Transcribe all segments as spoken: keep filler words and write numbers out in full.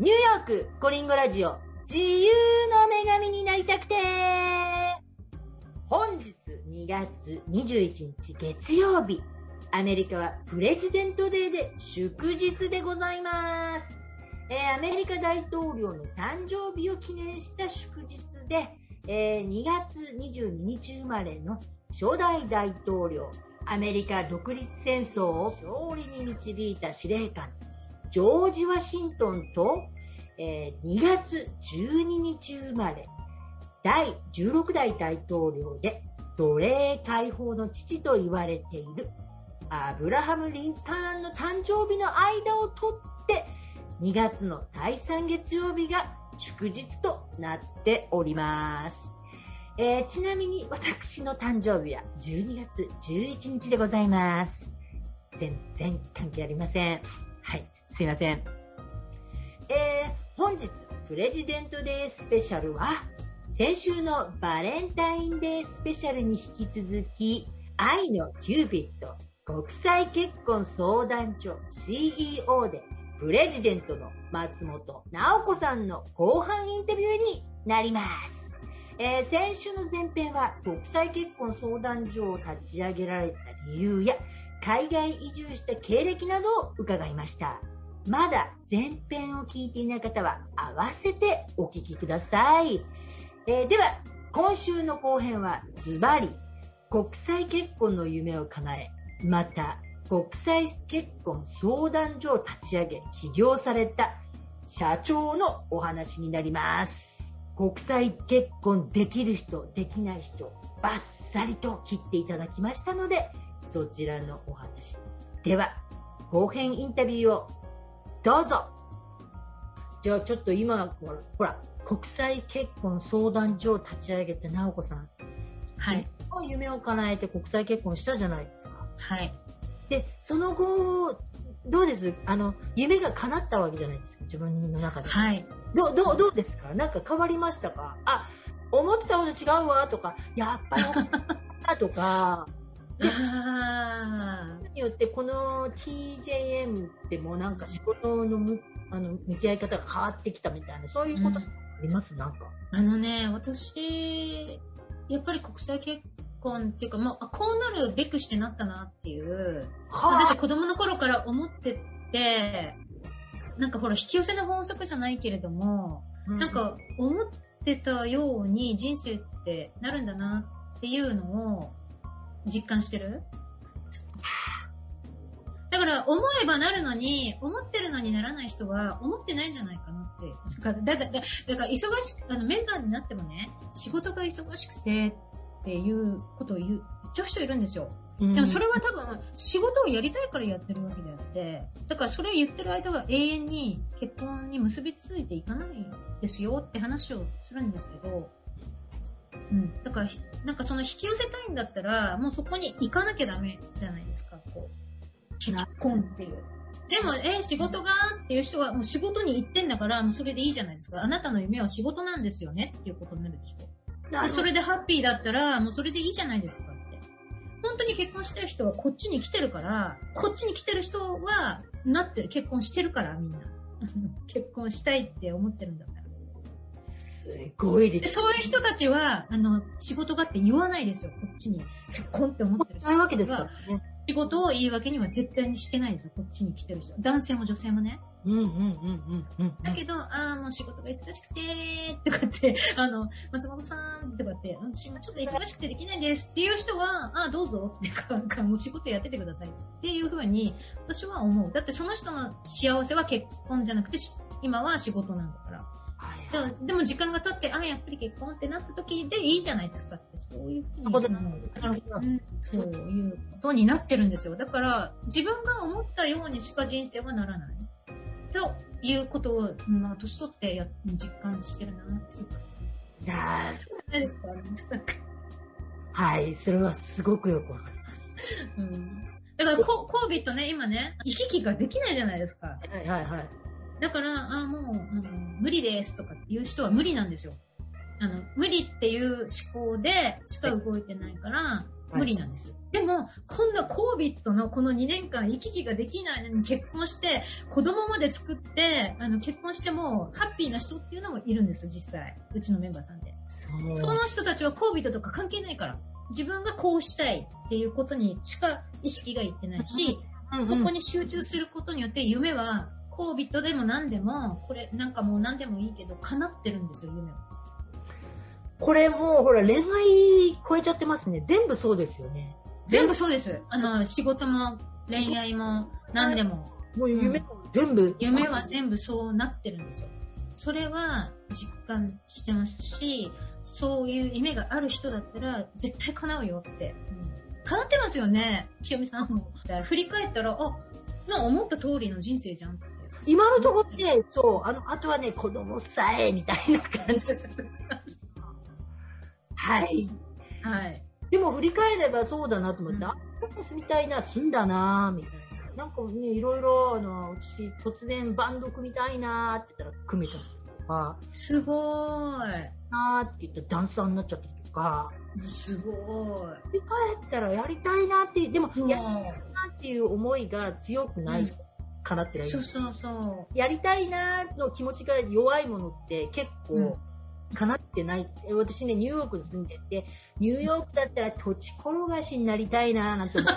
ニューヨークコリンゴラジオ、自由の女神になりたくて。本日にがつにじゅういちにち月曜日、アメリカはプレジデントデーで祝日でございます。えー、アメリカ大統領の誕生日を記念した祝日で、えー、にがつにじゅうににち生まれの初代大統領、アメリカ独立戦争を勝利に導いた司令官ジョージ・ワシントンと、えー、にがつじゅうににち生まれだいじゅうろくだい大統領で奴隷解放の父と言われているアブラハム・リンカーンの誕生日の間をとってにがつのだいさん月曜日が祝日となっております。えー、ちなみに私の誕生日はじゅうにがつじゅういちにちでございます。全然関係ありません。はい、すいません。えー、本日プレジデントデースペシャルは先週のバレンタインデースペシャルに引き続き、愛のキューピッド国際結婚相談所 シーイーオー でプレジデントの松本直子さんの後半インタビューになります。えー、先週の前編は国際結婚相談所を立ち上げられた理由や海外移住した経歴などを伺いました。まだ前編を聞いていない方は合わせてお聞きください。えー、では今週の後編はズバリ国際結婚の夢を叶え、また国際結婚相談所を立ち上げ起業された社長のお話になります。国際結婚できる人できない人バッサリと切っていただきましたので、そちらのお話では後編インタビューをどうぞ。じゃあちょっと今ほら国際結婚相談所を立ち上げた直子さん、 はい、 自分の夢を叶えて国際結婚したじゃないですか。 はい。 でその後どうです？あの夢が叶ったわけじゃないですか、自分の中で。 はい。 どうどうどうですか？なんか変わりましたか？あ、思ってたこと違うわとか、やっぱりとか。 あによってこの ティージェーエム ってもうなんか仕事のむあの向き合い方が変わってきたみたいな、そういうことあります？うん、なんかあのね、私やっぱり国際結婚っていうか、もうこうなるべくしてなったなっていう、はあ、だって子供の頃から思ってて、なんかほら引き寄せの法則じゃないけれども、うん、なんか思ってたように人生ってなるんだなっていうのを実感してる。だから思えばなるのに、思ってるのにならない人は思ってないんじゃないかなって。だから、だから、だから忙しく、あのメンバーになってもね、仕事が忙しくてっていうことを言っちゃう人いるんですよ。うん、でもそれは多分仕事をやりたいからやってるわけであって、だからそれを言ってる間は永遠に結婚に結びついていかないですよって話をするんですけど、うん、だからなんかその引き寄せたいんだったらもうそこに行かなきゃダメじゃないですか、こう結婚っていう。でもえー、仕事がっていう人はもう仕事に行ってんだからもうそれでいいじゃないですか。あなたの夢は仕事なんですよねっていうことになるでしょ。それでハッピーだったらもうそれでいいじゃないですかって。本当に結婚してる人はこっちに来てるから、こっちに来てる人はなってる、結婚してるからみんな結婚したいって思ってるんだから。 すごいです。 そういう人たちはあの仕事がって言わないですよ。こっちに結婚って思ってる人は。 そういうわけですからね。 仕事を言い訳には絶対にしてないんですよ。こっちに来てる人。男性も女性もね。 うんうんうんうんうん。 だけど、ああ、もう仕事が忙しくてー、とかって、あの、松本さんとかって、私もちょっと忙しくてできないですっていう人は、ああ、どうぞってか、なんかもう仕事やっててくださいっていうふうに、私は思う。だってその人の幸せは結婚じゃなくて、今は仕事なんだから。でも時間が経って、ああ、やっぱり結婚ってなった時でいいじゃないですかって、そういうふうに思う。そういうことになってるんですよ。だから、自分が思ったようにしか人生はならない。ということを、まあ、年取ってや実感してるなっていうか。 なるそうじゃないですか。 はい、それはすごくよくわかります。 うん、だからコ、コービットね、今ね、行き来ができないじゃないですか。 はいはいはい。 だから、あもう、あの、無理ですとかっていう人は無理なんですよ。あの、無理っていう思考でしか動いてないから、無理なんです。 でも、こんなコービッドのこのにねんかん行き来ができないのに結婚して、子供まで作って、あの、結婚してもハッピーな人っていうのもいるんです、実際。うちのメンバーさんで。そう。その人たちはコービッドとか関係ないから。自分がこうしたいっていうことにしか意識がいってないし、うんうん、ここに集中することによって夢は、コービッドでも何でも、これなんかもう何でもいいけど、叶ってるんですよ、夢は。 これもうほら恋愛超えちゃってますね。全部そうですよね。 全部そうです。あの、仕事も恋愛も何でも。 もう夢も全部、うん。 夢は全部そうなってるんですよ。それは実感してますし、そういう夢がある人だったら絶対叶うよって。うん、叶ってますよね、清美さんも。振り返ったら、あ、な思った通りの人生じゃんって。 今のところね、そう、あの、あとはね、子供さえ、みたいな感じ。はい。 はい。 でも振り返ればそうだなと思って、あ、ここ住みたいな、住んだな、みたいな。なんかね、いろいろ、あの、私、突然バンド組みたいなって言ったら組めちゃったりとか。 すごーい。 なーって言ったらダンサーになっちゃったりとか。 すごーい。 振り返ったらやりたいなって、でも、やりたいなっていう思いが強くない。うん、かなってない。 そうそうそう。 やりたいなの気持ちが弱いものって結構かなってない。うん、私ね、ニューヨークに住んでて、ニューヨークだったら土地転がしになりたいななんて思って。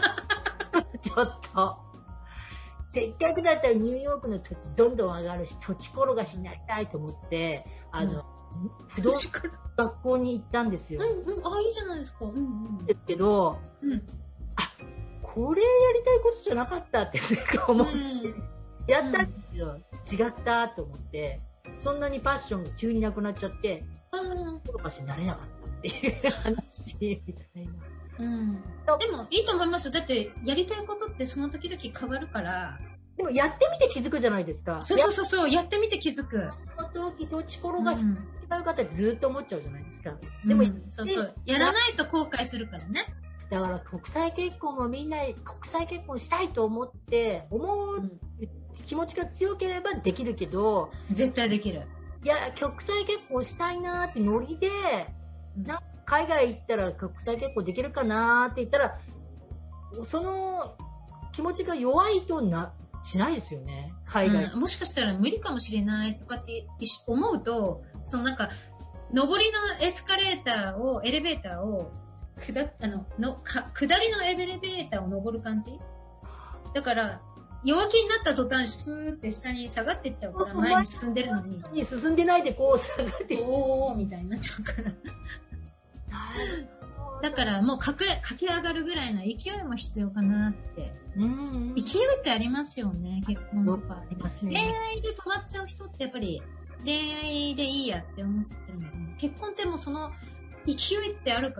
ちょっと。せっかくだったらニューヨークの土地どんどん上がるし、土地転がしになりたいと思って、あの、うん、不動産学校に行ったんですよ。 うんうん、あ、いいじゃないですか。うんうん、 ですけど、うん、これやりたいことじゃなかったって思って、うん、やったんですよ、うん、違ったと思って、そんなにパッションが急になくなっちゃって、とかしになれなかったっていう話みたいな。 うん、でもいいと思います。だってやりたいことってその時々変わるから。 でもやってみて気づくじゃないですか。 そうそうそうそう、やってみて気づく。 時土地転がし違う方ずっと思っちゃうじゃないですか。 でも、うん、そうそう、やらないと後悔するからね。 だから国際結婚もみんな国際結婚したいと思って思う気持ちが強ければできるけど、 絶対できる。 いや国際結婚したいなーってノリで、うん、なんか海外行ったら国際結婚できるかなーって言ったら、その気持ちが弱いとなしないですよね、海外、 うん、もしかしたら無理かもしれないとかって思うと、そのなんか上りのエスカレーターをエレベーターを下あののか下りのエレベーターを登る感じだから、弱気になった途端スーって下に下がっていっちゃうから、前に進んでるのにに進んでないでこう下がっていっちゃう、 おーみたいになっちゃうからだからもう駆け、駆け上がるぐらいの勢いも必要かなって。うんうん、勢いってありますよね、結婚とか。 ありますね。 恋愛で止まっちゃう人ってやっぱり恋愛でいいやって思ってるんだけど、結婚ってもうその勢いってあるから、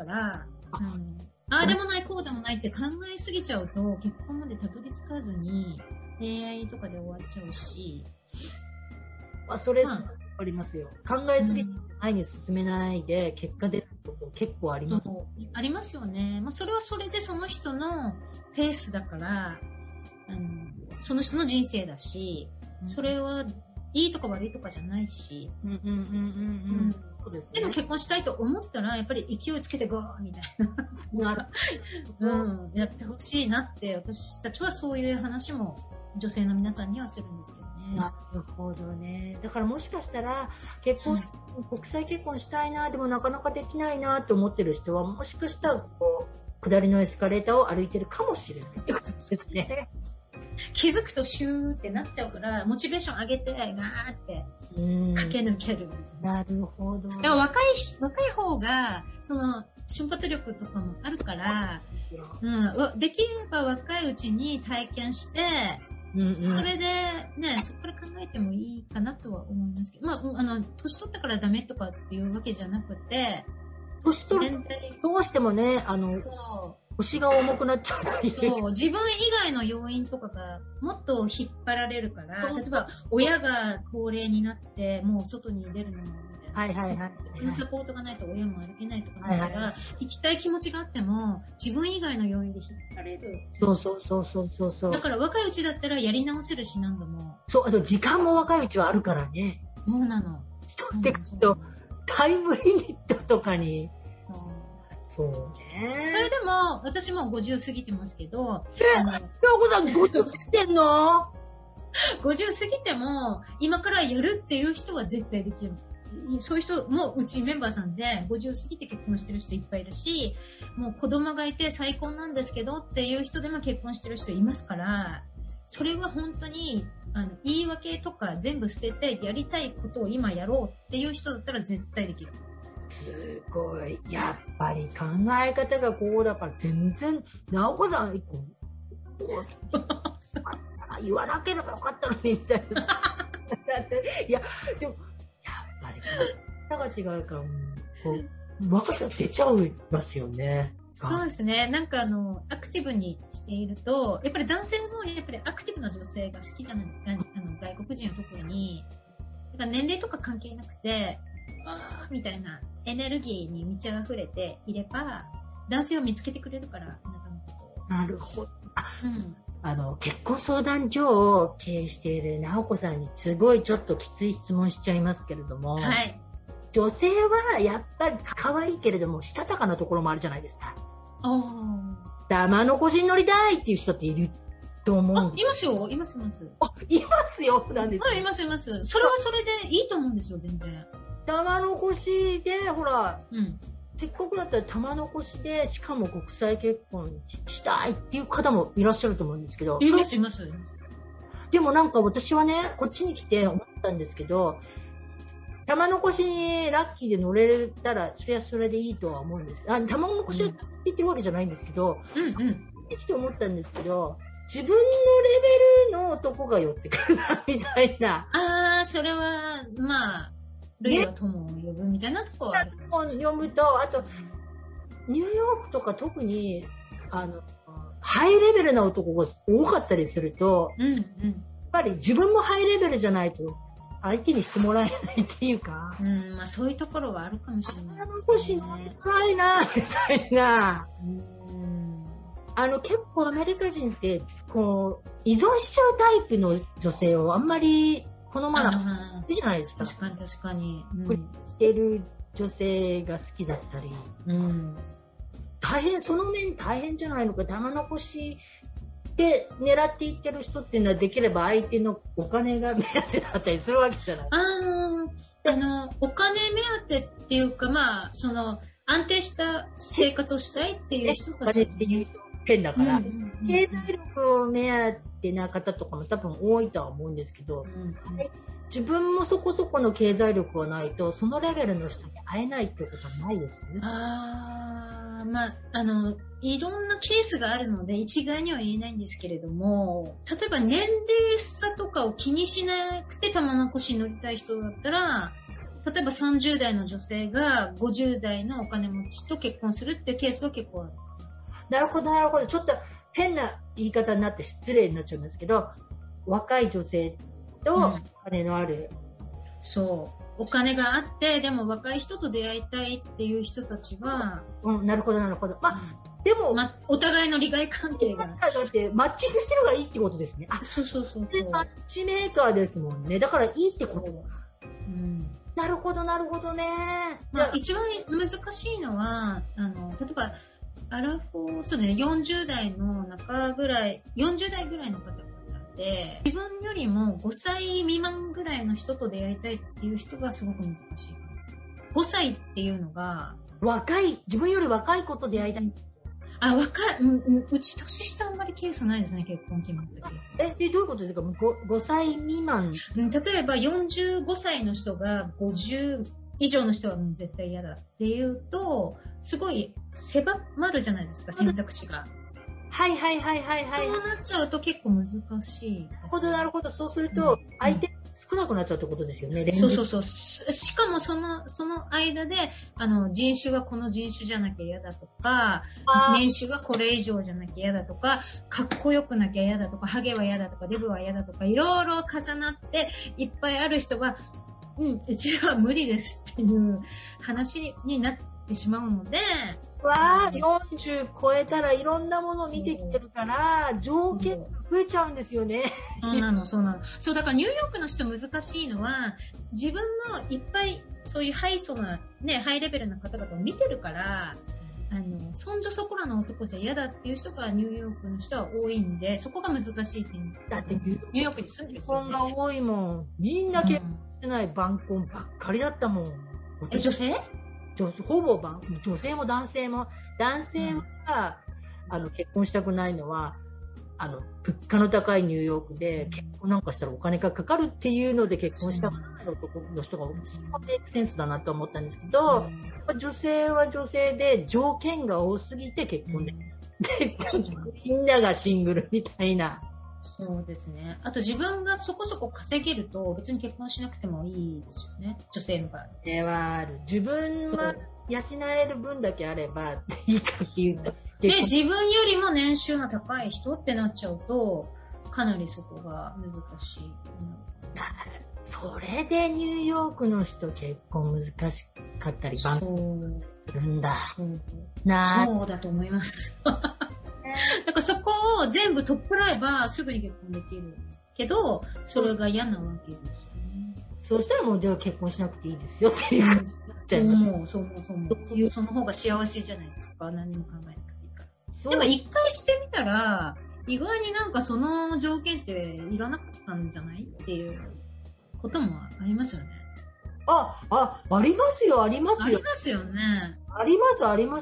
あ、うん、ああでもないこうでもないって考えすぎちゃうと結婚までたどり着かずに恋愛とかで終わっちゃうし。 あ、それ、まあ、ありますよ。考えすぎて前に進めないで結果出ること結構あります。 ありますよね。まあ、それはそれでその人のペースだから、あのその人の人生だし、うん、それはいいとか悪いとかじゃないし。うんうんうんうんうん。そうですね。でも結婚したいと思ったらやっぱり勢いつけてゴーみたいな。なる。うん。やってほしいなって、私たちはそういう話も女性の皆さんにはするんですけど。 なるほどね。だからもしかしたら結婚、うん、国際結婚したいな、でもなかなかできないなと思ってる人は、もしかしたらこう下りのエスカレーターを歩いてるかもしれないってことですね。 気づくとシューってなっちゃうから、モチベーション上げてガーって駆け抜ける。 なるほど。 でも若い若い方がその瞬発力とかもあるから、うん、できれば若いうちに体験して。うんうん、それでね、そこから考えてもいいかなとは思いますけど、まあ、あの、年取ったからダメとかっていうわけじゃなくて、 年取るどうしてもね、あの、腰が重くなっちゃうという。 そう、自分以外の要因とかがもっと引っ張られるから、例えば、親が高齢になって、もう外に出るのも、 はいはいはい。 サポートがないと親も歩けないとかだから、はいはい、行きたい気持ちがあっても、自分以外の要因で引っ張られる。 そうそうそうそうそうそう。 だから若いうちだったらやり直せるし何度も。 そう、あと時間も若いうちはあるからね。 そうなの。 人ってくと、タイムリミットとかに、 そうね。 それでも、私もごじゅう過ぎてますけど、 え、なおこさんごじゅう過ぎてんの？ ごじゅう過ぎても、今からやるっていう人は絶対できる。そういう人もうちメンバーさんでごじゅう過ぎて結婚してる人いっぱいいるし、もう子供がいて再婚なんですけどっていう人でも結婚してる人いますから、それは本当にあの言い訳とか全部捨ててやりたいことを今やろうっていう人だったら絶対できる。 すごい。やっぱり考え方がこうだから全然、なおこさん、こう、こう言わなければよかったのにみたいな。いや、でも、やっぱり方が違うから、こう、若さ出ちゃいますよね。 そうですね。なんかあの、アクティブにしていると、やっぱり男性もやっぱりアクティブな女性が好きじゃないですか。あの外国人は特に。だから年齢とか関係なくて、あーみたいなエネルギーに満ち溢れていれば、男性を見つけてくれるから、あなたのことを。 なるほど。あ、 うん、 あの、結婚相談所を経営している直子さんにすごいちょっときつい質問しちゃいますけれども、 はい。 女性はやっぱり可愛いけれども、したたかなところもあるじゃないですか。 おー。 玉の腰に乗りたいっていう人っていると思う。 あ、いますよ。います、います。 あ、いますよ。なんですか。 はい、います、います。それはそれでいいと思うんですよ、全然。 玉の腰で、ほら、 うん。 せっかくだったら玉の腰で、しかも国際結婚したいっていう方もいらっしゃると思うんですけど。 います、います。 でもなんか私はね、こっちに来て思ったんですけど、玉の腰にラッキーで乗れたら、それはそれでいいとは思うんですけど、あ、玉の腰をって言ってるわけじゃないんですけど、 うんうん。 来て思ったんですけど、自分のレベルの男が寄ってくるな、みたいな。 ああ、それは、まあ、類は友を呼ぶみたいなところはある。 本読むと、あと、ニューヨークとか特に、あの、ハイレベルな男が多かったりすると、 うんうん、 やっぱり自分もハイレベルじゃないと相手にしてもらえないっていうか、 うん、まあそういうところはあるかもしれない、ね。 あの腰乗りづらいな、みたいな。 うん、 あの、結構アメリカ人って、こう、依存しちゃうタイプの女性をあんまり好まないじゃないですか。 確かに確かに。 うん、してる女性が好きだったり。 うん、 大変、その面大変じゃないのか、玉の腰で狙っていってる人っていうのはできれば相手のお金が目当てだったりするわけじゃない。 ああ、あの、お金目当てっていうか、まあ、その、安定した生活をしたいっていう人たち。 っていう変だから、 うんうんうん、 経済力を目当てな方とかも多分多いとは思うんですけど、うんうん、自分もそこそこの経済力がないと、そのレベルの人に会えないってことはないですね。 ああ、まあ、あの、いろんなケースがあるので、一概には言えないんですけれども、例えば年齢差とかを気にしなくて玉の腰に乗りたい人だったら、例えばさんじゅう代の女性がごじゅう代のお金持ちと結婚するっていうケースは結構ある。 なるほど、なるほど。ちょっと変な言い方になって失礼になっちゃうんですけど、若い女性とお金のある、うん、 そう。お金があって、でも若い人と出会いたいっていう人たちは、 うん、なるほど、なるほど。まあ、うん、でも、 ま、お互いの利害関係が。 だってマッチングしてる方がいいってことですね。あ、 そうそうそうそう。 マッチメーカーですもんね。だからいいってこと。 うん。 なるほど、なるほどね。 じゃあ、一番難しいのは、あの、例えば、アラフォー、そうね、よんじゅう代の中ぐらい、よんじゅう代ぐらいの方々で、自分よりもごさい未満ぐらいの人と出会いたいっていう人がすごく難しい。ごさいっていうのが、 若い、自分より若い子と出会いたい。 あ、若い、うん、うち年下あんまりケースないですね、結婚決まったケース。 え、で、どういうことですか 5, ごさい未満。 例えばよんじゅうごさいの人がごじゅう以上の人はもう絶対嫌だっていうと、すごい狭まるじゃないですか、選択肢が。 はいはいはいはいはい。 そうなっちゃうと結構難しい、ね。 なるほどなるほど。そうすると、相手少なくなっちゃうってことですよね、 うん、そうそうそう。しかもその、その間で、あの、人種はこの人種じゃなきゃ嫌だとか、年収はこれ以上じゃなきゃ嫌だとか、かっこよくなきゃ嫌だとか、ハゲは嫌だとか、デブは嫌だとか、いろいろ重なって、いっぱいある人が、うん、うちは無理ですっていう話になってしまうので、 わー、よんじゅう超えたらいろんなものを見てきてるから、条件が増えちゃうんですよね。 そうなの、そうなの。そう、だからニューヨークの人難しいのは、自分もいっぱいそういうハイソな、ね、ハイレベルな方々を見てるから、 あの、そんじょそこらの男じゃ嫌だっていう人がニューヨークの人は多いんで、そこが難しい点。 だってニューヨークに住んでる人、 結婚が多いもん。みんな結婚してない晩婚ばっかりだったもん。 え、女性女ほぼ晩女性も男性も。男性は、うん、あの結婚したくないのは、あの物価の高いニューヨークで結婚なんかしたらお金がかかるっていうので結婚したくない男の人が多い。そこがメイクセンスだなと思ったんですけど、うん、女性は女性で条件が多すぎて結婚できない。で、みんながシングルみたいな。 そうですね。あと自分がそこそこ稼げると別に結婚しなくてもいいですよね。女性の場合。 それはある。自分は養える分だけあればいいかっていうと。 で、自分よりも年収が高い人ってなっちゃうと、かなりそこが難しい。うん、 それでニューヨークの人結婚難しかったり、バンするんだ。 そうなそうだと思います。だからそこを全部取っ払えばすぐに結婚できる。けど、それが嫌なわけですよね。 そうしたらもうじゃあ結婚しなくていいですよっていう感じになっちゃいます。 もう、そうもそうもそ。その方が幸せじゃないですか。何も考えなくていいから。でも一回してみたら、意外になんかその条件っていらなかったんじゃないっていうこともありますよね。 あ、あ、ありますよ、ありますよ。ありますよね。 あります、あります。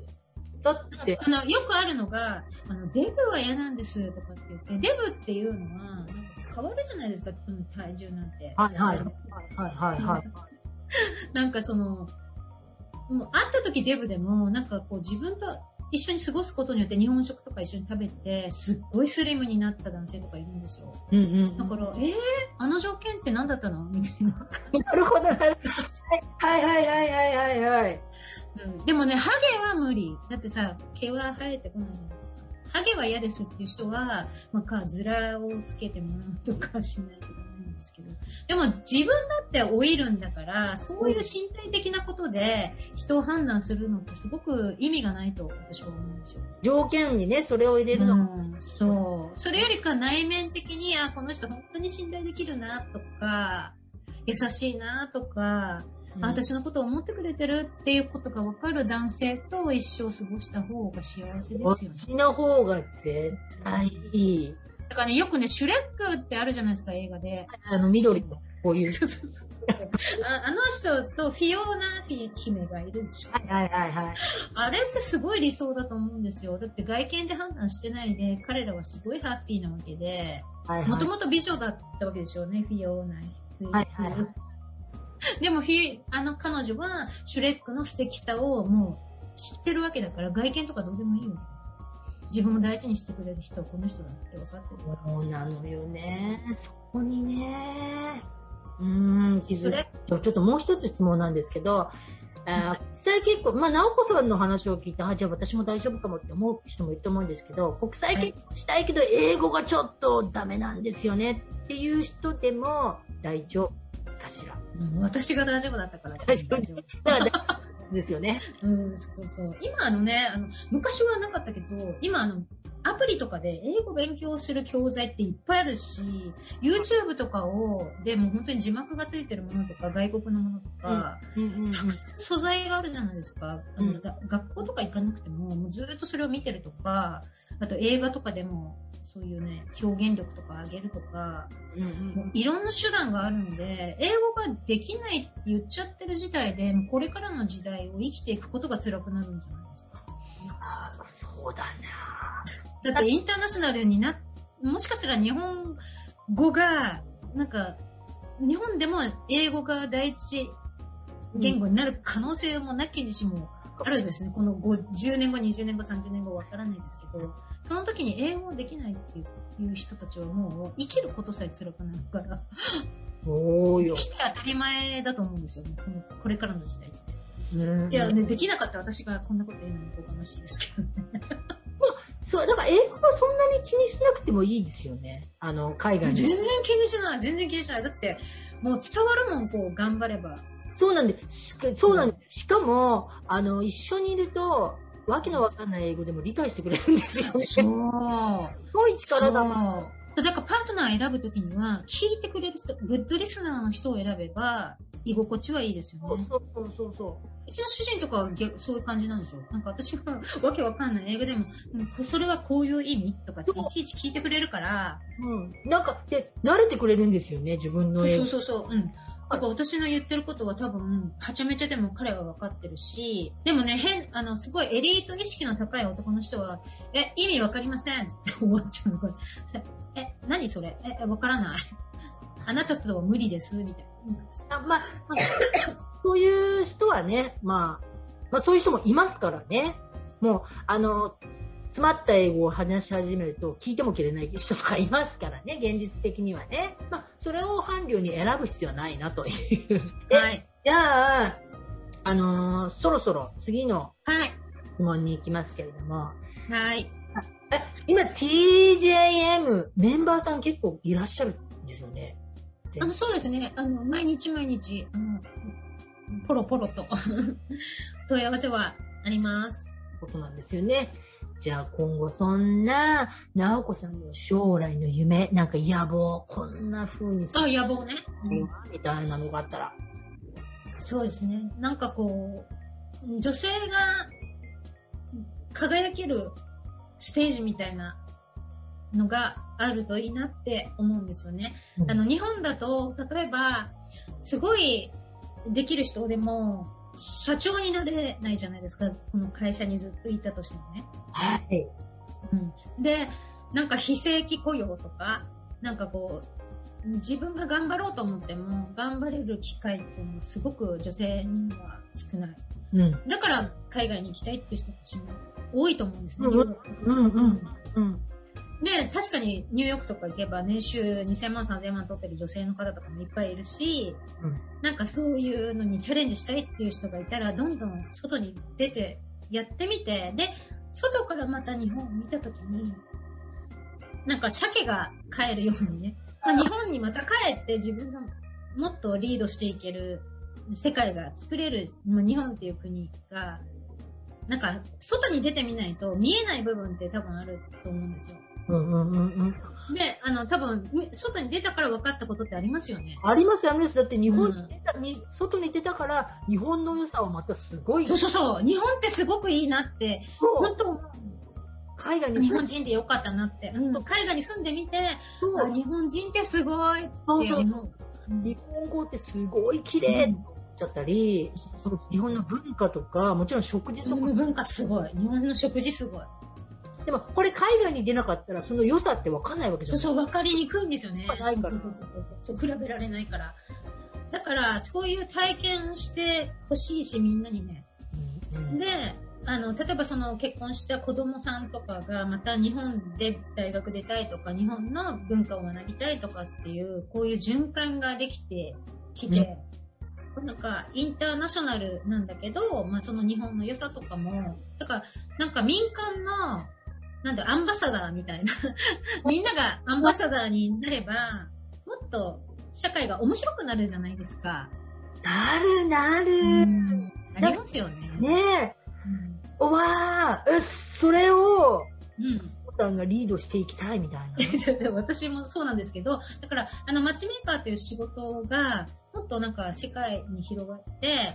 だって。 あの、よくあるのが、あの、デブは嫌なんですとかって言って、デブっていうのは、なんか変わるじゃないですか、体重なんて。 はいはい。はいはいはい。 なんかその、もう会った時デブでも、なんかこう自分と一緒に過ごすことによって日本食とか一緒に食べて、すっごいスリムになった男性とかいるんですよ。 うんうん、 だから、えー、あの条件って何だったのみたいな。 なるほど、なるほど。はいはいはいはいはいはい。 うん、でもね、ハゲは無理。だってさ、毛は生えてこないじゃないですか。ハゲは嫌ですっていう人は、まあ、ズラをつけてもらうとかしないとダメなんですけど。でも自分だって老いるんだから、そういう身体的なことで人を判断するのってすごく意味がないと私は思うんですよ。 条件にね、それを入れるの。 うん、そう。それよりか内面的に、あ、この人本当に信頼できるなとか、優しいなとか、うん、私のことを思ってくれてるっていうことが分かる男性と一生過ごした方が幸せですよね。 その方が絶対いい。 だからね、よくね、シュレックってあるじゃないですか、映画で。 あの、緑のこういう。 あ, あの人とフィオーナ姫がいるでしょ。 はいはいはいはい。 あれってすごい理想だと思うんですよ。だって外見で判断してないで、彼らはすごいハッピーなわけで、もともと美女だったわけでしょうね、フィオーナ。 はいはいはい。 でもフィ、あの彼女はシュレックの素敵さをもう知ってるわけだから、外見とかどうでもいいわけです。自分を大事にしてくれる人はこの人だって分かってる。 そうなのよね。そこにね。うーん、気づいちょっともう一つ質問なんですけど、あ国際結婚、まあ、直子さんの話を聞いて、あ、じゃあ私も大丈夫かもって思う人もいると思うんですけど、国際結婚したいけど英語がちょっとダメなんですよねっていう人でも大丈夫かしら。 うん、私が大丈夫だったから大丈夫ですよね。 うん、そうそう。今あのね、あの、昔はなかったけど、今あの、アプリとかで英語勉強する教材っていっぱいあるし、YouTube とかを、でも本当に字幕がついてるものとか、外国のものとか、 うんうんうんうん、 素材があるじゃないですか。あの、うん、学校とか行かなくても、もうずっとそれを見てるとか、あと映画とかでも、そういうね、表現力とか上げるとか、うんうん、もういろんな手段があるので、英語ができないって言っちゃってる時代で、これからの時代を生きていくことが辛くなるんじゃないですか。 ああ、そうだな。 だってインターナショナルにな、もしかしたら日本語が、なんか、日本でも英語が第一言語になる可能性もなきにしもあるんですね。このじゅうねんご、にじゅうねんご、さんじゅうねんごわからないですけど、その時に英語できないっていう人たちはもう生きることさえ辛くなるから、 おーよ。 して当たり前だと思うんですよね。このこれからの時代って。うん、いや、ね、できなかった私がこんなこと言うのもおかしいですけどね。 そう、だから英語はそんなに気にしなくてもいいですよね。あの、海外に。 全然気にしない。全然気にしない。だって、もう伝わるもん、こう、頑張れば。 そうなんで、しそうなんで、しかも、あの、一緒にいると、わけのわかんない英語でも理解してくれるんですよね。 そう。すごい力だな。 そう。だからパートナー選ぶときには、聞いてくれる人、グッドリスナーの人を選べば、 居心地はいいですよね。 そうそうそうそう。 うちの主人とかはそういう感じなんですよ。なんか私がわけわかんない英語でも、それはこういう意味とかっていちいち聞いてくれるから。 うん。なんか、で、慣れてくれるんですよね、自分の英語。 そうそうそうそう。うん。だから私の言ってることは多分、はちゃめちゃでも彼は分かってるし、でもね、変、あの、すごいエリート意識の高い男の人は、え、意味わかりませんって思っちゃうの、これ。え、何それえ、わからない。あなたとは無理です、みたいな。 あまあ、まあ、そういう人はね、まあ、まあそういう人もいますからね。もう、あの、詰まった英語を話し始めると聞いても切れない人とかいますからね、現実的にはね。まあ、それを伴侶に選ぶ必要はないなという。 はい。 じゃあ、あのー、そろそろ次の質問に行きますけれども。 はい。 え、今 ティージェーエム メンバーさん結構いらっしゃるんですよね。 あの、そうですね。あの、毎日毎日、あの、ポロポロと問い合わせはあります。 ことなんですよね。じゃあ今後そんな直子さんの将来の夢、なんか野望、こんな風にあ、野望ね、 うん、みたいなのがあったら。 そうですね。なんかこう、女性が輝けるステージみたいなのがあるといいなって思うんですよね。うん、あの、日本だと、例えば、すごいできる人でも、社長になれないじゃないですか。この会社にずっといたとしてもね。 はい。 うん。で、なんか非正規雇用とか、なんかこう、自分が頑張ろうと思っても、頑張れる機会っていうのはすごく女性には少ない。うん。だから海外に行きたいっていう人たちも多いと思うんですね。うんうんうんうん。で、確かにニューヨークとか行けば年収にせんまんさんぜんまん取ってる女性の方とかもいっぱいいるし、うん、なんかそういうのにチャレンジしたいっていう人がいたら、どんどん外に出てやってみて、で、外からまた日本を見たときに、なんか鮭が帰るようにね、まあ、日本にまた帰って自分がもっとリードしていける世界が作れる、まあ、日本っていう国が、なんか外に出てみないと見えない部分って多分あると思うんですよ。うんうんうんうん。で、あの、多分、外に出たから分かったことってありますよね。 ありますあります。だって日本に出た、うん、に外に出たから、日本の良さはまたすごい。 そうそうそう。日本ってすごくいいなって、本当海外に日本人でよかったなって。うん、海外に住んでみて、日本人ってすごいって思う。そうそううん、日本語ってすごい綺麗って思っちゃったり、うん、日本の文化とか、もちろん食事とか。 日本の文化すごい。日本の食事すごい。 でも、これ海外に出なかったら、その良さって分かんないわけじゃない。 そうそう、分かりにくいんですよね。 ないから。 そうそうそうそう。そう、比べられないから。だから、そういう体験をしてほしいし、みんなにね。うんうん、で、あの、例えばその結婚した子供さんとかが、また日本で大学出たいとか、日本の文化を学びたいとかっていう、こういう循環ができてきて、うん、なんか、インターナショナルなんだけど、まあ、その日本の良さとかも、だから、なんか民間の、なんだ、アンバサダーみたいな。みんながアンバサダーになれば、もっと社会が面白くなるじゃないですか。 なるなる。 うん、ありますよね。 ねえ。うん、わー、それを、うん。さんがリードしていきたいみたいな。私もそうなんですけど、だから、あの、マッチメーカーという仕事が、もっとなんか世界に広がって、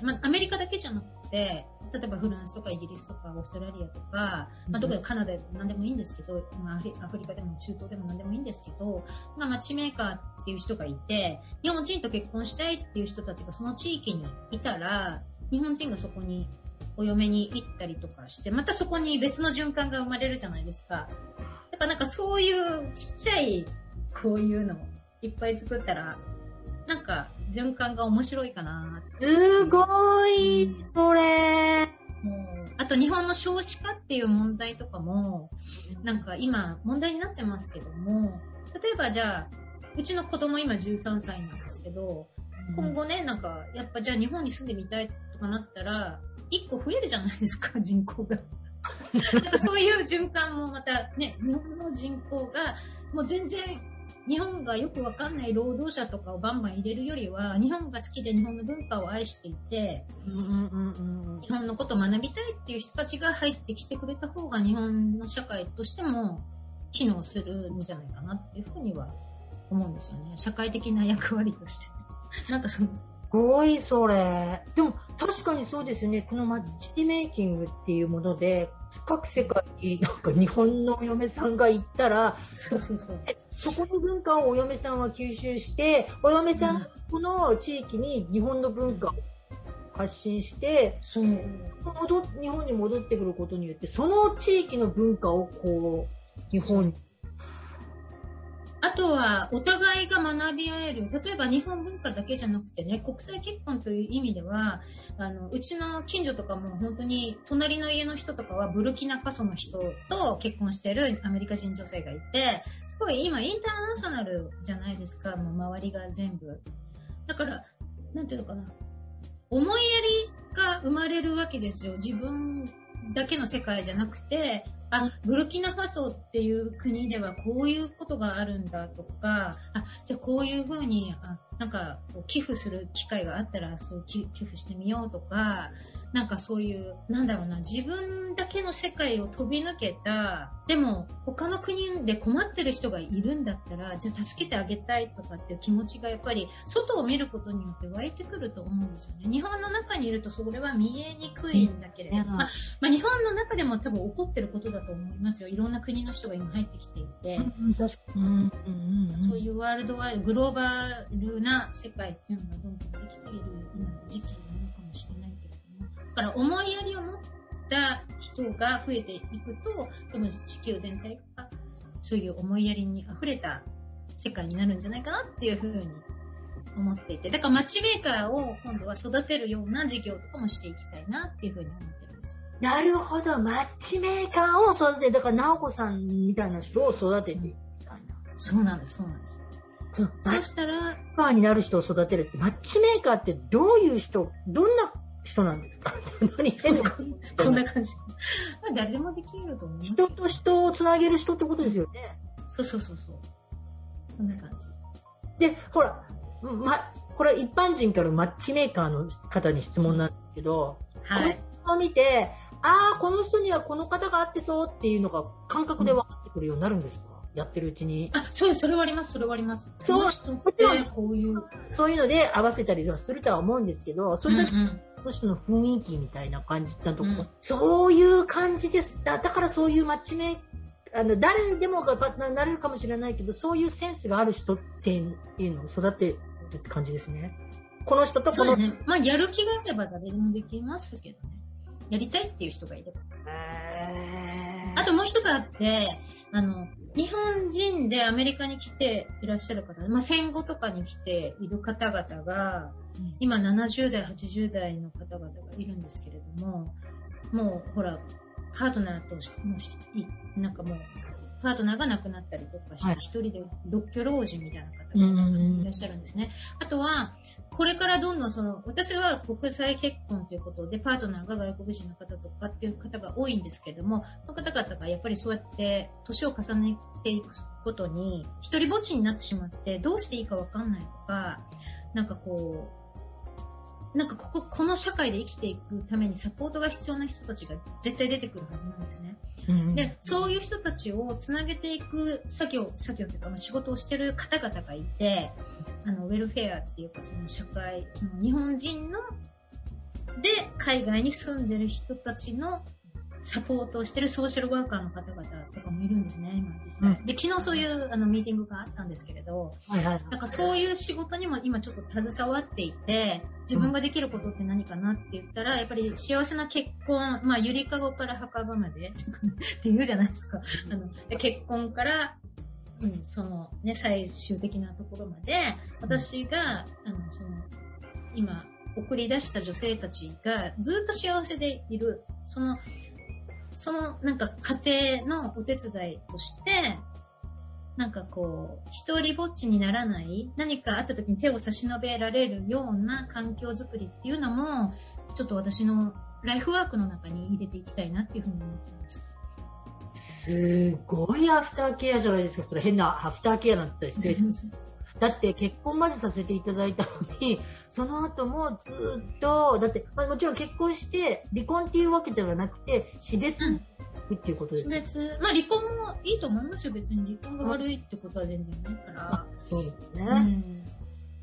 まあ、アメリカだけじゃなくて、例えばフランスとかイギリスとかオーストラリアとか、まあ、どこでカナダでも何でもいいんですけど、まあ、アフリカでも中東でも何でもいいんですけど、まあ、マッチメーカーっていう人がいて、日本人と結婚したいっていう人たちがその地域にいたら、日本人がそこにお嫁に行ったりとかして、またそこに別の循環が生まれるじゃないですか。だからなんかそういうちっちゃいこういうのをいっぱい作ったら、なんか循環が面白いかなって。 すごい、それ。 もう、あと日本の少子化っていう問題とかも、なんか今問題になってますけども、例えばじゃあ、うちの子供今じゅうさんさいなんですけど、今後ね、なんか、やっぱじゃあ日本に住んでみたいとかなったら、いっこ増えるじゃないですか、人口が。なんかそういう循環もまたね、日本の人口が、もう全然、日本がよくわかんない労働者とかをバンバン入れるよりは、日本が好きで日本の文化を愛していて、うんうんうんうん、日本のことを学びたいっていう人たちが入ってきてくれた方が日本の社会としても機能するんじゃないかなっていうふうには思うんですよね。社会的な役割として。なんかその、 ごいそれ。でも確かにそうですよね。このマッチメイキングっていうもので各世界になんか日本のお嫁さんが行ったら、 そうそうそう。 そこの文化をお嫁さんは吸収して、お嫁さんはこの地域に日本の文化を発信して、 そう戻日本に戻ってくることによって、その地域の文化をこう日本に。 あとは、お互いが学び合える。例えば日本文化だけじゃなくてね、国際結婚という意味では、あの、うちの近所とかも本当に、隣の家の人とかはブルキナファソの人と結婚してるアメリカ人女性がいて、すごい今インターナショナルじゃないですか、もう周りが全部。だから、なんていうのかな。思いやりが生まれるわけですよ。自分だけの世界じゃなくて、あ、ブルキナファソっていう国ではこういうことがあるんだとか、あ、じゃあこういうふうに、あ、なんか寄付する機会があったらそう寄付してみようとか、なんかそういう、なんだろうな、自分だけの世界を飛び抜けた、でも他の国で困ってる人がいるんだったら、じゃあ助けてあげたいとかっていう気持ちがやっぱり外を見ることによって湧いてくると思うんですよね。日本の中にいるとそれは見えにくいんだけれども、まあ、まあ日本の中でも多分起こってることだと思いますよ。いろんな国の人が今入ってきていて、 うん、確かに、うんうんうん、 そういうワールドワイド、グローバルな世界っていうのがどんどんできている今の時期なのかもしれないけれども、だから思いやりを持った人が増えていくと、多分地球全体がそういう思いやりに溢れた世界になるんじゃないかなっていうふうに思っていて、だからマッチメーカーを今度は育てるような事業とかもしていきたいなっていうふうに思ってるんです。 なるほど、マッチメーカーを育てて、だから直子さんみたいな人を育てていくみたいな。 そうなんです、そうなんです。そうそうしたら、 マッチメーカーになる人を育てるって、マッチメーカーってどういう人、どんな人なんですか？何変なこんな感じ。まあ誰でもできると思います。 人と人をつなげる人ってことですよね。 そうそうそうそう。こんな感じ。 で、ほら、ま、これ一般人からマッチメーカーの方に質問なんですけど、 はい。 この人を見て、ああ、この人にはこの方があってそうっていうのが感覚で分かってくるようになるんですか？うん、やってるうちに。 あ、そうです。それはあります。それはあります。 そう。 もちろん、こういう。 そういうので合わせたりはするとは思うんですけど、それだけ、うんうん、その人の雰囲気みたいな感じだと、うん、そういう感じです。だ, だからそういうマッチメーカー、あの誰でもがパートナーになれるかもしれないけど、そういうセンスがある人っていうのを育てるって感じですね。この人とこの。 そうですね。まあ、やる気があれば誰でもできますけどね。やりたいっていう人がいれば。 えー、 あともう一つあって、あの、日本人でアメリカに来ていらっしゃる方、まあ、戦後とかに来ている方々が、うん、今ななじゅう代、はちじゅう代の方々がいるんですけれども、もうほら、パートナーともうし、なんかもう、パートナーが亡くなったりとかして、一、はい、人で独居老人みたいな方がいらっしゃるんですね。あとは、これからどんどんその、私は国際結婚ということで、パートナーが外国人の方とかっていう方が多いんですけれども、その方々がやっぱりそうやって年を重ねていくことに、一人ぼっちになってしまって、どうしていいかわかんないとか、なんかこう、なんかここ、この社会で生きていくためにサポートが必要な人たちが絶対出てくるはずなんですね。うん、で、そういう人たちをつなげていく作業、作業というか、まあ、仕事をしてる方々がいて、あの、ウェルフェアっていうか、その社会、その日本人の、で、海外に住んでる人たちのサポートをしてるソーシャルワーカーの方々とかもいるんですね、今実際。うん、で、昨日そういうあのミーティングがあったんですけれど、はいはいはい、なんかそういう仕事にも今ちょっと携わっていて、自分ができることって何かなって言ったら、やっぱり幸せな結婚、まあ、ゆりかごから墓場までって言うじゃないですか。あの結婚から、うん、そのね、最終的なところまで、私が、あの、その、今、送り出した女性たちがずっと幸せでいる、その、そのなんか家庭のお手伝いとして、なんかこう、一人ぼっちにならない、何かあった時に手を差し伸べられるような環境づくりっていうのも、ちょっと私のライフワークの中に入れていきたいなっていうふうに思ってます。 すごいアフターケアじゃないですか。それ変なアフターケアなんてして。だって結婚までさせていただいたのに、その後もずっと、だって、まあ、もちろん結婚して離婚っていうわけではなくて、死別っていうことですね。 死別。まあ離婚もいいと思いますよ。別に離婚が悪いってことは全然ないから。 そうですね。 うん、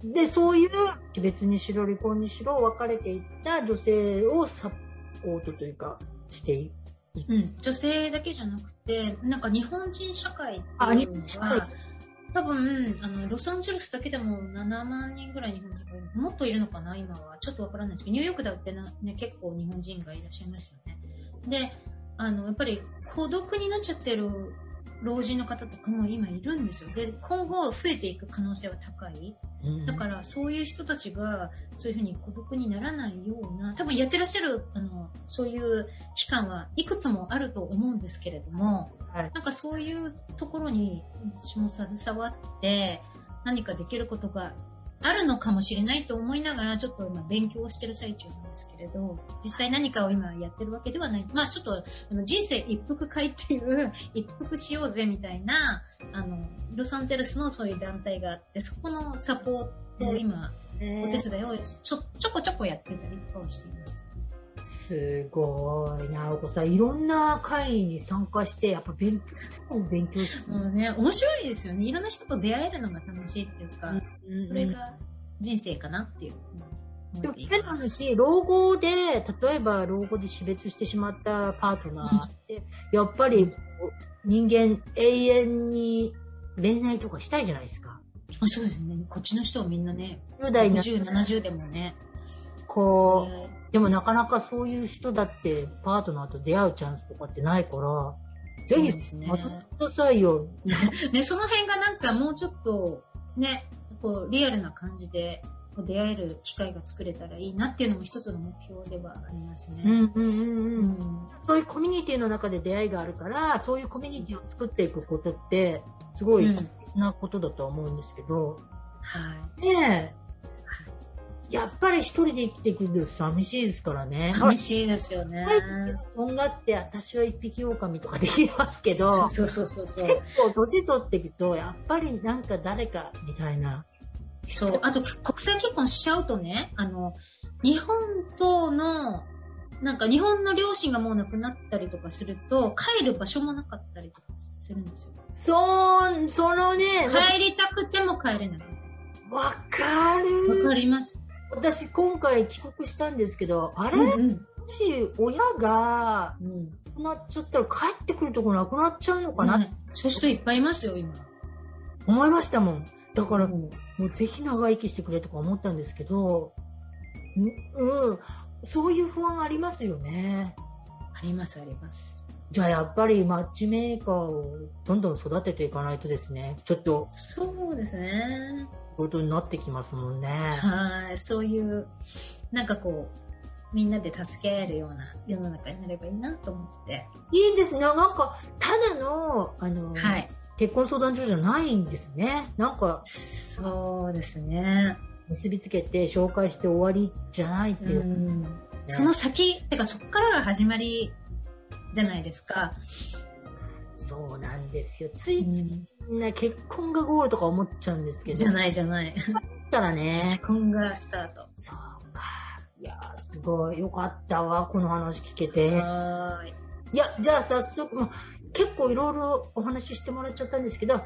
で、そういう死別にしろ離婚にしろ別れていった女性をサポートというかしていく。 うん、女性だけじゃなくて、なんか日本人社会っていうのが、多分、あの、ロサンゼルスだけでもななまんにんぐらい日本人がいる。もっといるのかな今は。ちょっとわからないですけど、ニューヨークだってな、ね、結構日本人がいらっしゃいますよね。で、あの、やっぱり孤独になっちゃってる老人の方とかも今いるんですよ。で、今後増えていく可能性は高い。だからそういう人たちがそういうふうに孤独にならないような、多分やってらっしゃるあのそういう機関はいくつもあると思うんですけれども、はい、なんかそういうところに私も携わって何かできることがあるのかもしれないと思いながらちょっと今勉強してる最中なんですけれど、実際何かを今やってるわけではない。まあちょっと人生一服会っていう一服しようぜみたいなあのロサンゼルスのそういう団体があって、そこのサポートを今、えー、お手伝いをちょちょこちょこやってたりとかをしています。 すごいなおこさん、いろんな会に参加してやっぱ勉強すごい勉強してもうね、面白いですよね。いろんな人と出会えるのが楽しいっていうか、うん、それが人生かなっていう。 でも変な話、老後で例えば老後で死別してしまったパートナーって、うん、やっぱり人間永遠に恋愛とかしたいじゃないですか。 あ、そうですね。こっちの人はみんなね、 じゅう代ろくじゅう、ななじゅうでもね。 こう、でもなかなかそういう人だってパートナーと出会うチャンスとかってないから、ぜひ、 ですね。 待ってくださいよ。 ね、その辺がなんかもうちょっと、ね、こう、リアルな感じで出会える機会が作れたらいいなっていうのも一つの目標ではありますね。 うんうんうんうん。そういうコミュニティの中で出会いがあるから、そういうコミュニティを作っていくことって、すごいなことだとは思うんですけど、 はい。 ねえ。やっぱり一人で生きていくの寂しいですからね。 寂しいですよね。 とんがって私は一匹狼とかできますけど、 そうそうそうそう。 結構年取っていくと、やっぱりなんか誰かみたいな。 そう。あと、国際結婚しちゃうとね、あの、日本との、なんか日本の両親がもう亡くなったりとかすると、帰る場所もなかったりとかするんですよ。 そう、そのね。 帰りたくても帰れない。 わかる。 わかります。 私今回帰国したんですけど、あれ、うんうん、もし親が亡くなっちゃったら帰ってくるとこなくなっちゃうのかな、 ね、そういう人いっぱいいますよ今。 思いましたもん。だからもう、もうぜひ長生きしてくれとか思ったんですけど、うん、そういう不安ありますよね。 ありますあります。 じゃあやっぱりマッチメーカーをどんどん育てていかないとですね、ちょっと。 そうですね。 ことになってきますもんね。 はい、そういうなんかこうみんなで助け合えるような世の中になればいいなと思って。 いいですね。なんかただのあの、はい、結婚相談所じゃないんですね。なんかそうですね。 結びつけて紹介して終わりじゃないっていう。うん、 ね、その先ってかそこからが始まりじゃないですか。 そうなんですよ。ついついみんな結婚がゴールとか思っちゃうんですけど。 じゃないじゃない。 だったらね。 結婚がスタート。 そうか。いやー、すごい。よかったわ。この話聞けて。 はーい。 いや、じゃあ早速、まあ、結構いろいろお話ししてもらっちゃったんですけど、はい、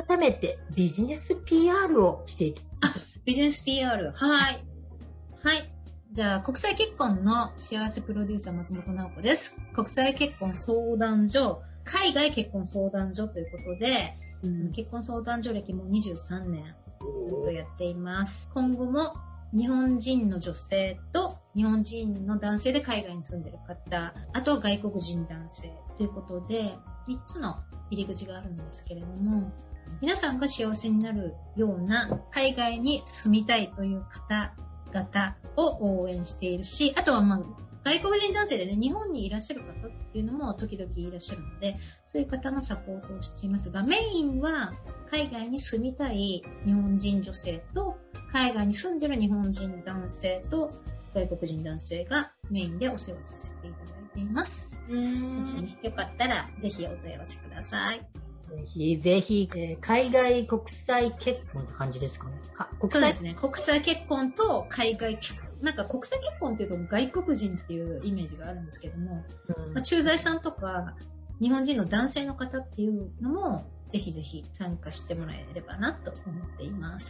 改めてビジネス ピーアール をしていきたい。 あ、ビジネス ピーアール。はい。はい。じゃあ、国際結婚の幸せプロデューサー松本直子です。国際結婚相談所、海外結婚相談所ということで、うん、結婚相談所歴もにじゅうさんねんずっとやっています。今後も日本人の女性と日本人の男性で海外に住んでる方、あと外国人男性ということで、みっつの入り口があるんですけれども、皆さんが幸せになるような海外に住みたいという方々を応援しているし、あとはまあ、外国人男性でね、日本にいらっしゃる方っていうのも時々いらっしゃるので、そういう方のサポートをしていますが、メインは海外に住みたい日本人女性と、海外に住んでる日本人男性と、外国人男性がメインでお世話させていただいています。うん。もしね、よかったらぜひお問い合わせください。 ぜひぜひ、えー、海外国際結婚って感じですかね。か国際そうですね。国際結婚と海外結婚。なんか国際結婚っていうと外国人っていうイメージがあるんですけども、うんまあ、駐在さんとか日本人の男性の方っていうのもぜひぜひ参加してもらえればなと思っています。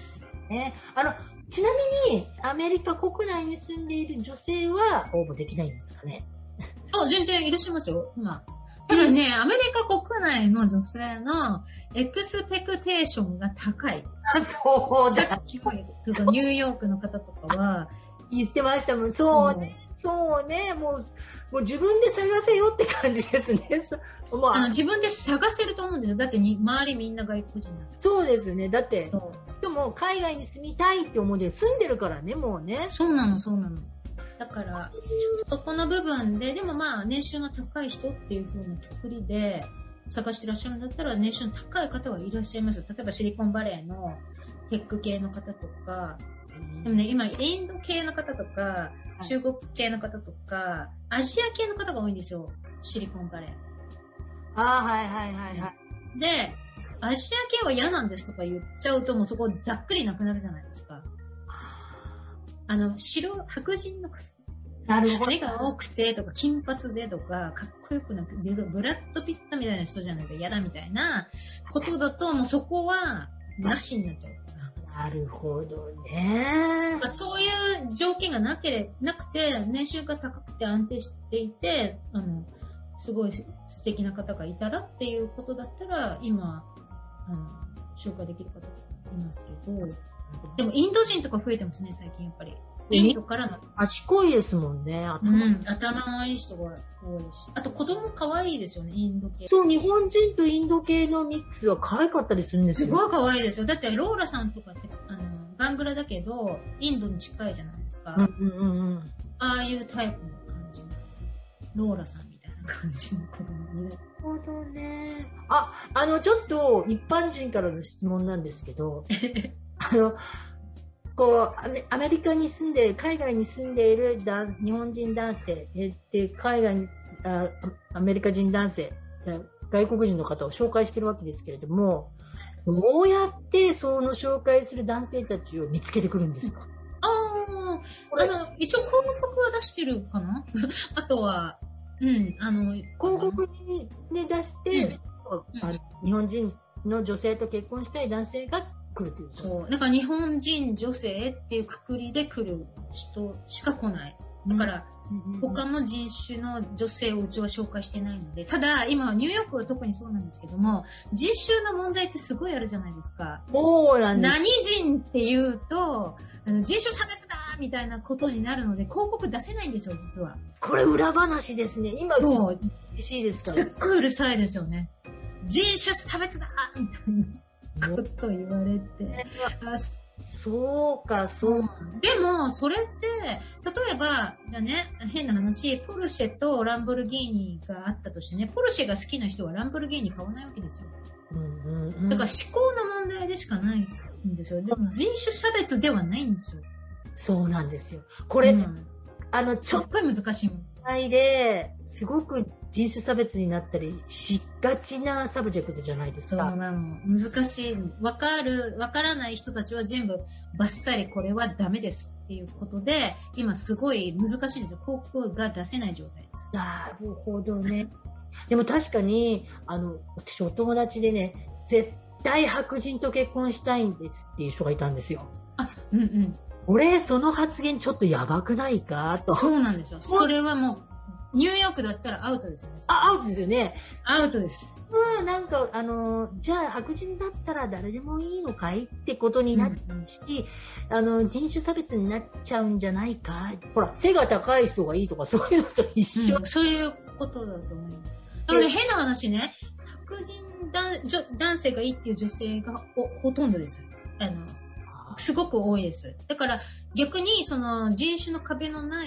ね。あの、ちなみに、アメリカ国内に住んでいる女性は応募できないんですかね。 あ、全然いらっしゃいますよ、今。ただね、アメリカ国内の女性のエクスペクテーションが高い。 そうだ。 そうそう、ニューヨークの方とかは。 言ってましたもん。そうね。うん、そうね。もう、もう自分で探せよって感じですね。 もうあの自分で探せると思うんですよ。だってに周りみんな外国人なんで。 そうですね。だって、でも海外に住みたいって思うで住んでるからね、もうね。 そうなの、そうなの。だから、そこの部分で、でもまあ、年収の高い人っていう風なくくりで探してらっしゃるんだったら、年収の高い方はいらっしゃいます。例えばシリコンバレーのテック系の方とか、でもね、今、インド系の方とか、中国系の方とか、アジア系の方が多いんですよ。シリコンバレー。 ああ、はいはいはいはい。 で、アジア系は嫌なんですとか言っちゃうと、もうそこざっくりなくなるじゃないですか。あの、白、白人の方。 なるほど。 目が多くてとか、金髪でとか、かっこよくなく、ブラッドピットみたいな人じゃないと嫌だみたいなことだと、もうそこは、なしになっちゃう。 なるほどね。 そういう条件がなければ、なくて、年収が高くて安定していて、あの、すごい素敵な方がいたらっていうことだったら、今、あの、紹介できる方がいますけど、でもインド人とか増えてますね、最近やっぱり。インドからの。 賢いですもんね、 頭。うん、頭のいい人が多いし。あと子供可愛いですよね、インド系。 そう、日本人とインド系のミックスは可愛かったりするんですよ。 すごい可愛いですよ。だってローラさんとかって、あの、バングラだけど、インドに近いじゃないですか。 うんうんうん。 ああいうタイプの感じの。ローラさんみたいな感じの子供になる。 なるほどね。あ、あの、ちょっと一般人からの質問なんですけど、あの、こうアメ、アメリカに住んで、海外に住んでいるだ日本人男性で、海外にあ、アメリカ人男性、外国人の方を紹介してるわけですけれども、どうやってその紹介する男性たちを見つけてくるんですか？ ああ、あの、一応広告は出してるかなあとは、うん、あの、 広告に、ね、出して、うんあの、日本人の女性と結婚したい男性が来るということ。 そう。だから日本人女性っていうくくりで来る人しか来ない。だから、うん、他の人種の女性をうちは紹介してないので、ただ、今、ニューヨークは特にそうなんですけども、人種の問題ってすごいあるじゃないですか。 そうなんです。 何人って言うと、あの人種差別だみたいなことになるので、広告出せないんですよ、実は。 これ裏話ですね。今、 そう。 嬉しいですから。 すっごいうるさいですよね。人種差別だみたいなこと言われて。あそうか、そう、うん。 でも、それって、例えば、じゃあね、変な話、ポルシェとランボルギーニがあったとしてね、ポルシェが好きな人はランボルギーニ買わないわけですよ。うんうんうん、だから思考の問題でしかないんですよ。でも人種差別ではないんですよ。 そうなんですよ。これ、うん、あの、ちょっと難しいもん。 で、すごく人種差別になったりしがちなサブジェクトじゃないですか。 そうなの。難しい。わかる、わからない人たちは全部バッサリこれはダメですっていうことで、今すごい難しいんですよ。広告が出せない状態です。 なるほどね。でも確かに、あの、私お友達でね、絶対白人と結婚したいんですっていう人がいたんですよ。 あ、うんうん。 俺、その発言ちょっとやばくないかと。 そうなんですよ。それはもう、ニューヨークだったらアウトですよね。 あ、アウトですよね。 アウトです。 うん、なんか、あの、じゃあ白人だったら誰でもいいのかいってことになっちゃうし、うん、あの、人種差別になっちゃうんじゃないか。ほら、背が高い人がいいとかそういうのと一緒。 うん、そういうことだと思います。だからね、変な話ね、白人男男性がいいっていう女性が ほ, ほとんどです。あの、すごく多いです。だから逆にその人種の壁のない、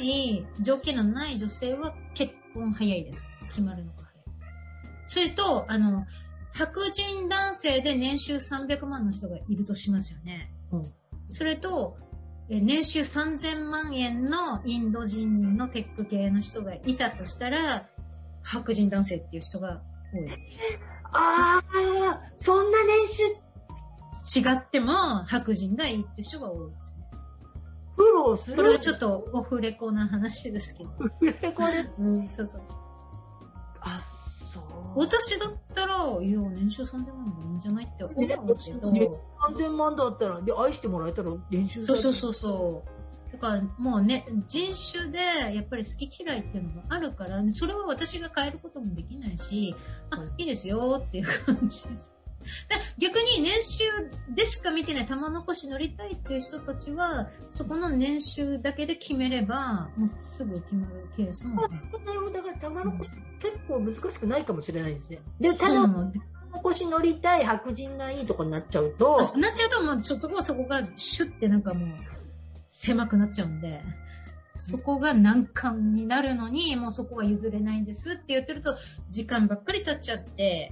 条件のない女性は結婚早いです。決まるのが早い。それと、あの、白人男性で年収さんびゃくまんの人がいるとしますよね。うん、それと、年収さんぜんまんえんのインド人のテック系の人がいたとしたら、白人男性っていう人が多い。 ああ、そんな年収違っても白人がいいっていう人が多いですね。 苦労する。 これはちょっとオフレコな話ですけど。 オフレコで。 うん、そうそう。 あ、そ私だったら、いや、年収さんぜんまんがいいんじゃないって思うけど。 ね、さんぜんまんだったら、で、愛してもらえたら練習そうそうそうそう。だからもうね、人種でやっぱり好き嫌いっていうのがあるから、それは私が変えることもできないし、あ、いいですよっていう感じです。逆に年収でしか見てない玉残し乗りたいっていう人たちは、そこの年収だけで決めれば、もうすぐ決まるケースもある。 なるほど。だから玉残し、結構難しくないかもしれないですね。で、玉残し乗りたい白人がいいとこになっちゃうと。 なっちゃうと、もうちょっとそこがシュッてなんかもう狭くなっちゃうんで。そこが難関になるのに、もうそこは譲れないんですって言ってると、時間ばっかり経っちゃって、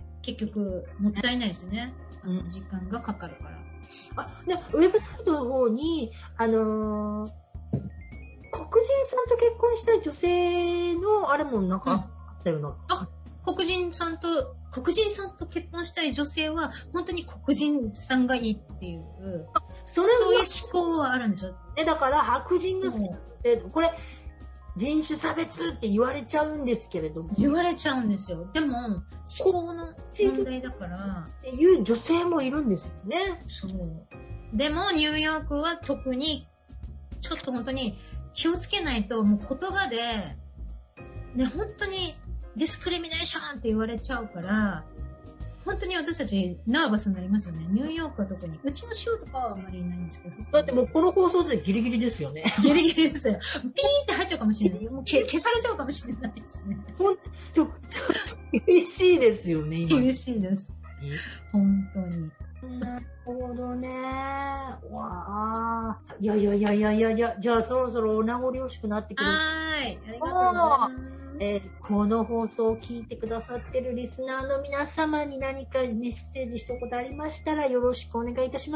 結局、もったいないですね。あの、時間がかかるから。 あ、で、ウェブサイトの方に、あのー、黒人さんと結婚した女性の、あれもなんかあったような、うん。 あ、黒人さんと、黒人さんと結婚したい女性は、本当に黒人さんがいいっていう、それそういう思考はあるんですよ。 え、だから白人が好きな女性、これ、人種差別って言われちゃうんですけれども。 言われちゃうんですよ。でも、思考の問題だから。 っていう女性もいるんですよね。 そう。でも、ニューヨークは特に、ちょっと本当に気をつけないと、もう言葉で、ね、本当にディスクリミネーションって言われちゃうから、本当に私たちナーバスになりますよね。ニューヨークは特に。うちの州とかはあんまりいないんですけど。 だってもうこの放送でギリギリですよね。 ギリギリですよ。ピーって入っちゃうかもしれない。もう消されちゃうかもしれないですね。 ほんと、厳しいですよね、 今。厳しいです。本当に。 なるほどね。わあ。いやいやいやいやいやいや、じゃあそろそろお名残惜しくなってくる。 はーい。ありがとうございます。 えー、この放送を聞いてくださってるリスナーの皆様に何かメッセージ一言ありましたらよろしくお願いいたします。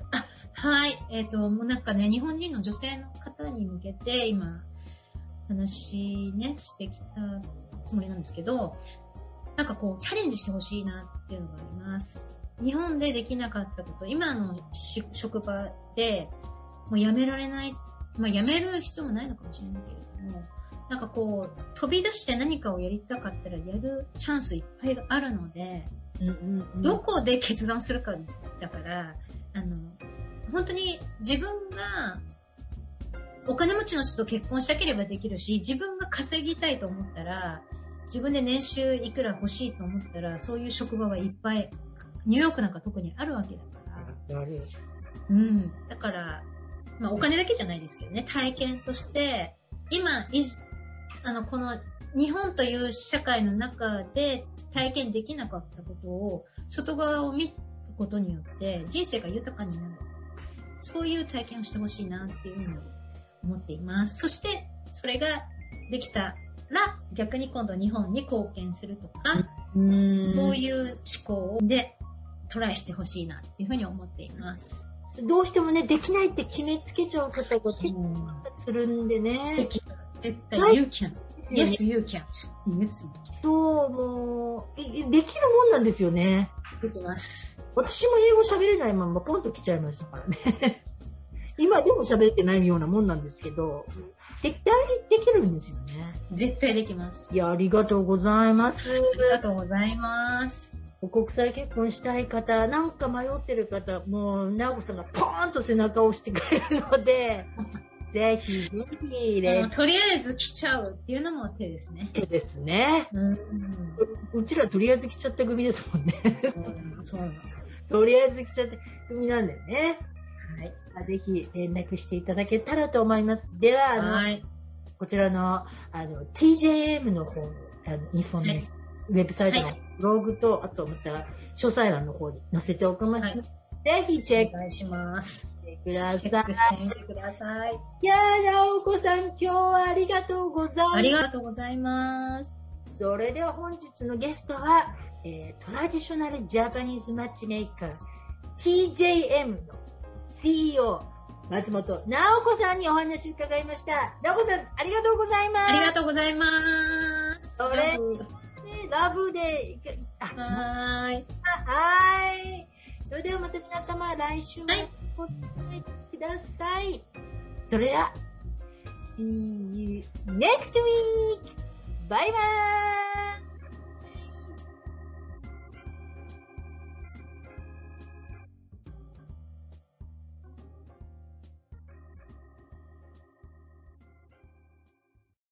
あ、はい。えっと、もうなんかね、日本人の女性の方に向けて今、話ね、してきたつもりなんですけど、なんかこう、チャレンジしてほしいなっていうのがあります。日本でできなかったこと、今の職場でもうやめられない、まあやめる必要もないのかもしれないけれども、なんかこう、飛び出して何かをやりたかったらやるチャンスいっぱいあるので、うんうんうん、どこで決断するかだから、あの、本当に自分がお金持ちの人と結婚したければできるし、自分が稼ぎたいと思ったら、自分で年収いくら欲しいと思ったら、そういう職場はいっぱい、ニューヨークなんか特にあるわけだから。うん。だから、まあお金だけじゃないですけどね、体験として、今、あの、この日本という社会の中で体験できなかったことを、外側を見ることによって人生が豊かになる。そういう体験をしてほしいなっていうふうに思っています。そして、それができたら、逆に今度日本に貢献するとか、うーんそういう思考でトライしてほしいなっていうふうに思っています。 どうしてもね、できないって決めつけちゃう方が結構するんでね。 できる。絶対、you can. Yes, you can. Yes. そう、もう、できるもんなんですよね。 できます。 私も英語喋れないままポンと来ちゃいましたからね。今でも喋れてないようなもんなんですけど、絶対できるんですよね。 絶対できます。 いや、ありがとうございます。 ありがとうございます。 国際結婚したい方、なんか迷ってる方、もう、なおこさんがポーンと背中を押してくれるので、ぜひぜひね。とりあえず来ちゃうっていうのも手ですね。 手ですね。うん、うちらとりあえず来ちゃった組ですもんね。 そうなの。 とりあえず来ちゃった組なんだよね。はい。ぜひ連絡していただけたらと思います。では、あの、はい、こちらの、あの、ティージェーエム の方の、あの、インフォメーション、はい、ウェブサイトのブログと、はい、あとまた、詳細欄の方に載せておきます。はい、ぜひチェック。 お願いします。 ください。 チェックしてみてください。 いやー、なおこさん、今日はありがとうございます。 ありがとうございます。 それでは本日のゲストは、えー、トラディショナルジャパニーズマッチメーカー、ティージェーエム の シーイーオー、松本直子さんにお話を伺いました。直子さん、ありがとうございます。 ありがとうございます。 それで、ラブで、 あはーい。 はーい。それではまた皆様、来週もお付き合いください。はい、それでは、See you next week! バイバーイ